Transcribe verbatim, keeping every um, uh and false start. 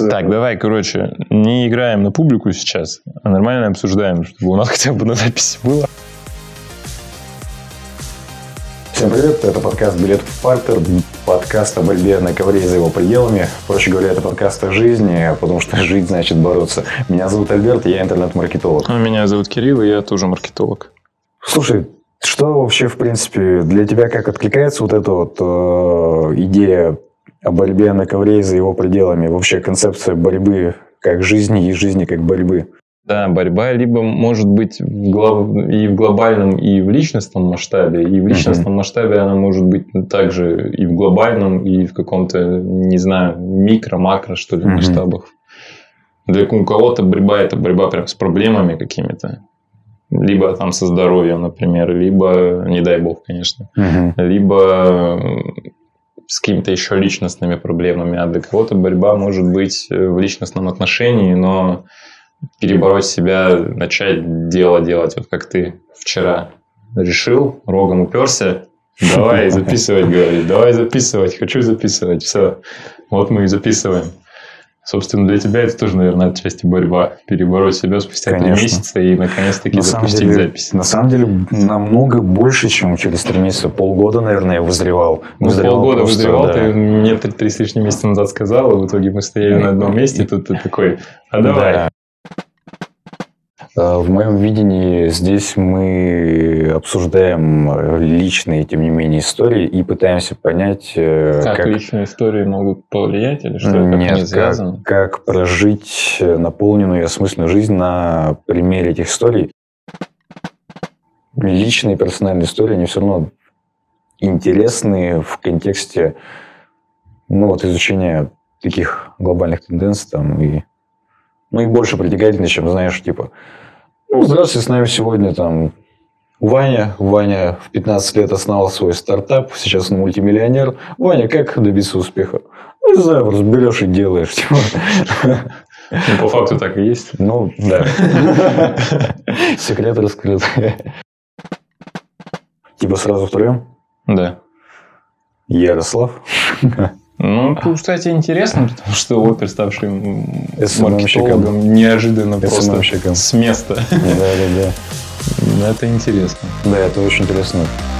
Так, давай, короче, не играем на публику сейчас, а нормально обсуждаем, чтобы у нас хотя бы на записи было. Всем привет, это подкаст «Билет в партер», подкаст о борьбе на ковре и за его пределами. Проще говоря, это подкаст о жизни, потому что жить значит бороться. Меня зовут Альберт, я интернет-маркетолог. А меня зовут Кирилл, и я тоже маркетолог. Слушай, что вообще, в принципе, для тебя как откликается вот эта вот э, идея о борьбе на ковре и за его пределами? Вообще концепция борьбы как жизни и жизни как борьбы? Да, борьба либо может быть в глоб... и в глобальном, и в личностном масштабе. И в личностном uh-huh. масштабе она может быть также и в глобальном, и в каком-то, не знаю, микро-макро, что ли, uh-huh. масштабах. Для у кого-то борьба – это борьба прям с проблемами какими-то. Либо там со здоровьем, например, либо, не дай бог, конечно, uh-huh. либо с какими-то еще личностными проблемами. А для кого-то борьба может быть в личностном отношении, но перебороть себя, начать дело делать, вот как ты вчера решил, рогом уперся, давай записывать, говорит, давай записывать, хочу записывать, все, вот мы и записываем. Собственно, для тебя это тоже, наверное, отчасти борьба, перебороть себя спустя три месяца и наконец-таки на запустить деле, запись. На самом деле, намного больше, чем через три месяца, полгода, наверное, я вызревал. Ну, вызревал полгода просто, вызревал, да. Ты мне три с лишним месяца назад сказал, и в итоге мы стояли на одном месте, и тут ты такой, а давай. Да. В моем видении здесь мы обсуждаем личные, тем не менее, истории и пытаемся понять, как, как... личные истории могут повлиять или что это Нет, не связано? Как, как прожить наполненную и осмысленную жизнь на примере этих историй. Личные персональные истории, они все равно интересны в контексте ну, вот, изучения таких глобальных тенденций там, и ну, и больше притягательно, чем, знаешь, типа, ну, здравствуйте, с нами сегодня там Ваня. Ваня в пятнадцать лет основал свой стартап, сейчас он мультимиллионер. Ваня, как добиться успеха? Ну, не знаю, разберешь и делаешь. Типа. Ну, по факту так и есть. Ну, да. Секрет раскрыт. Типа сразу втроем? Да. Ярослав. Ну, тут, кстати, интересно, потому что опер, ставший маркетологом, неожиданно просто с места. Да, да, да. Это интересно. Да, это очень интересно.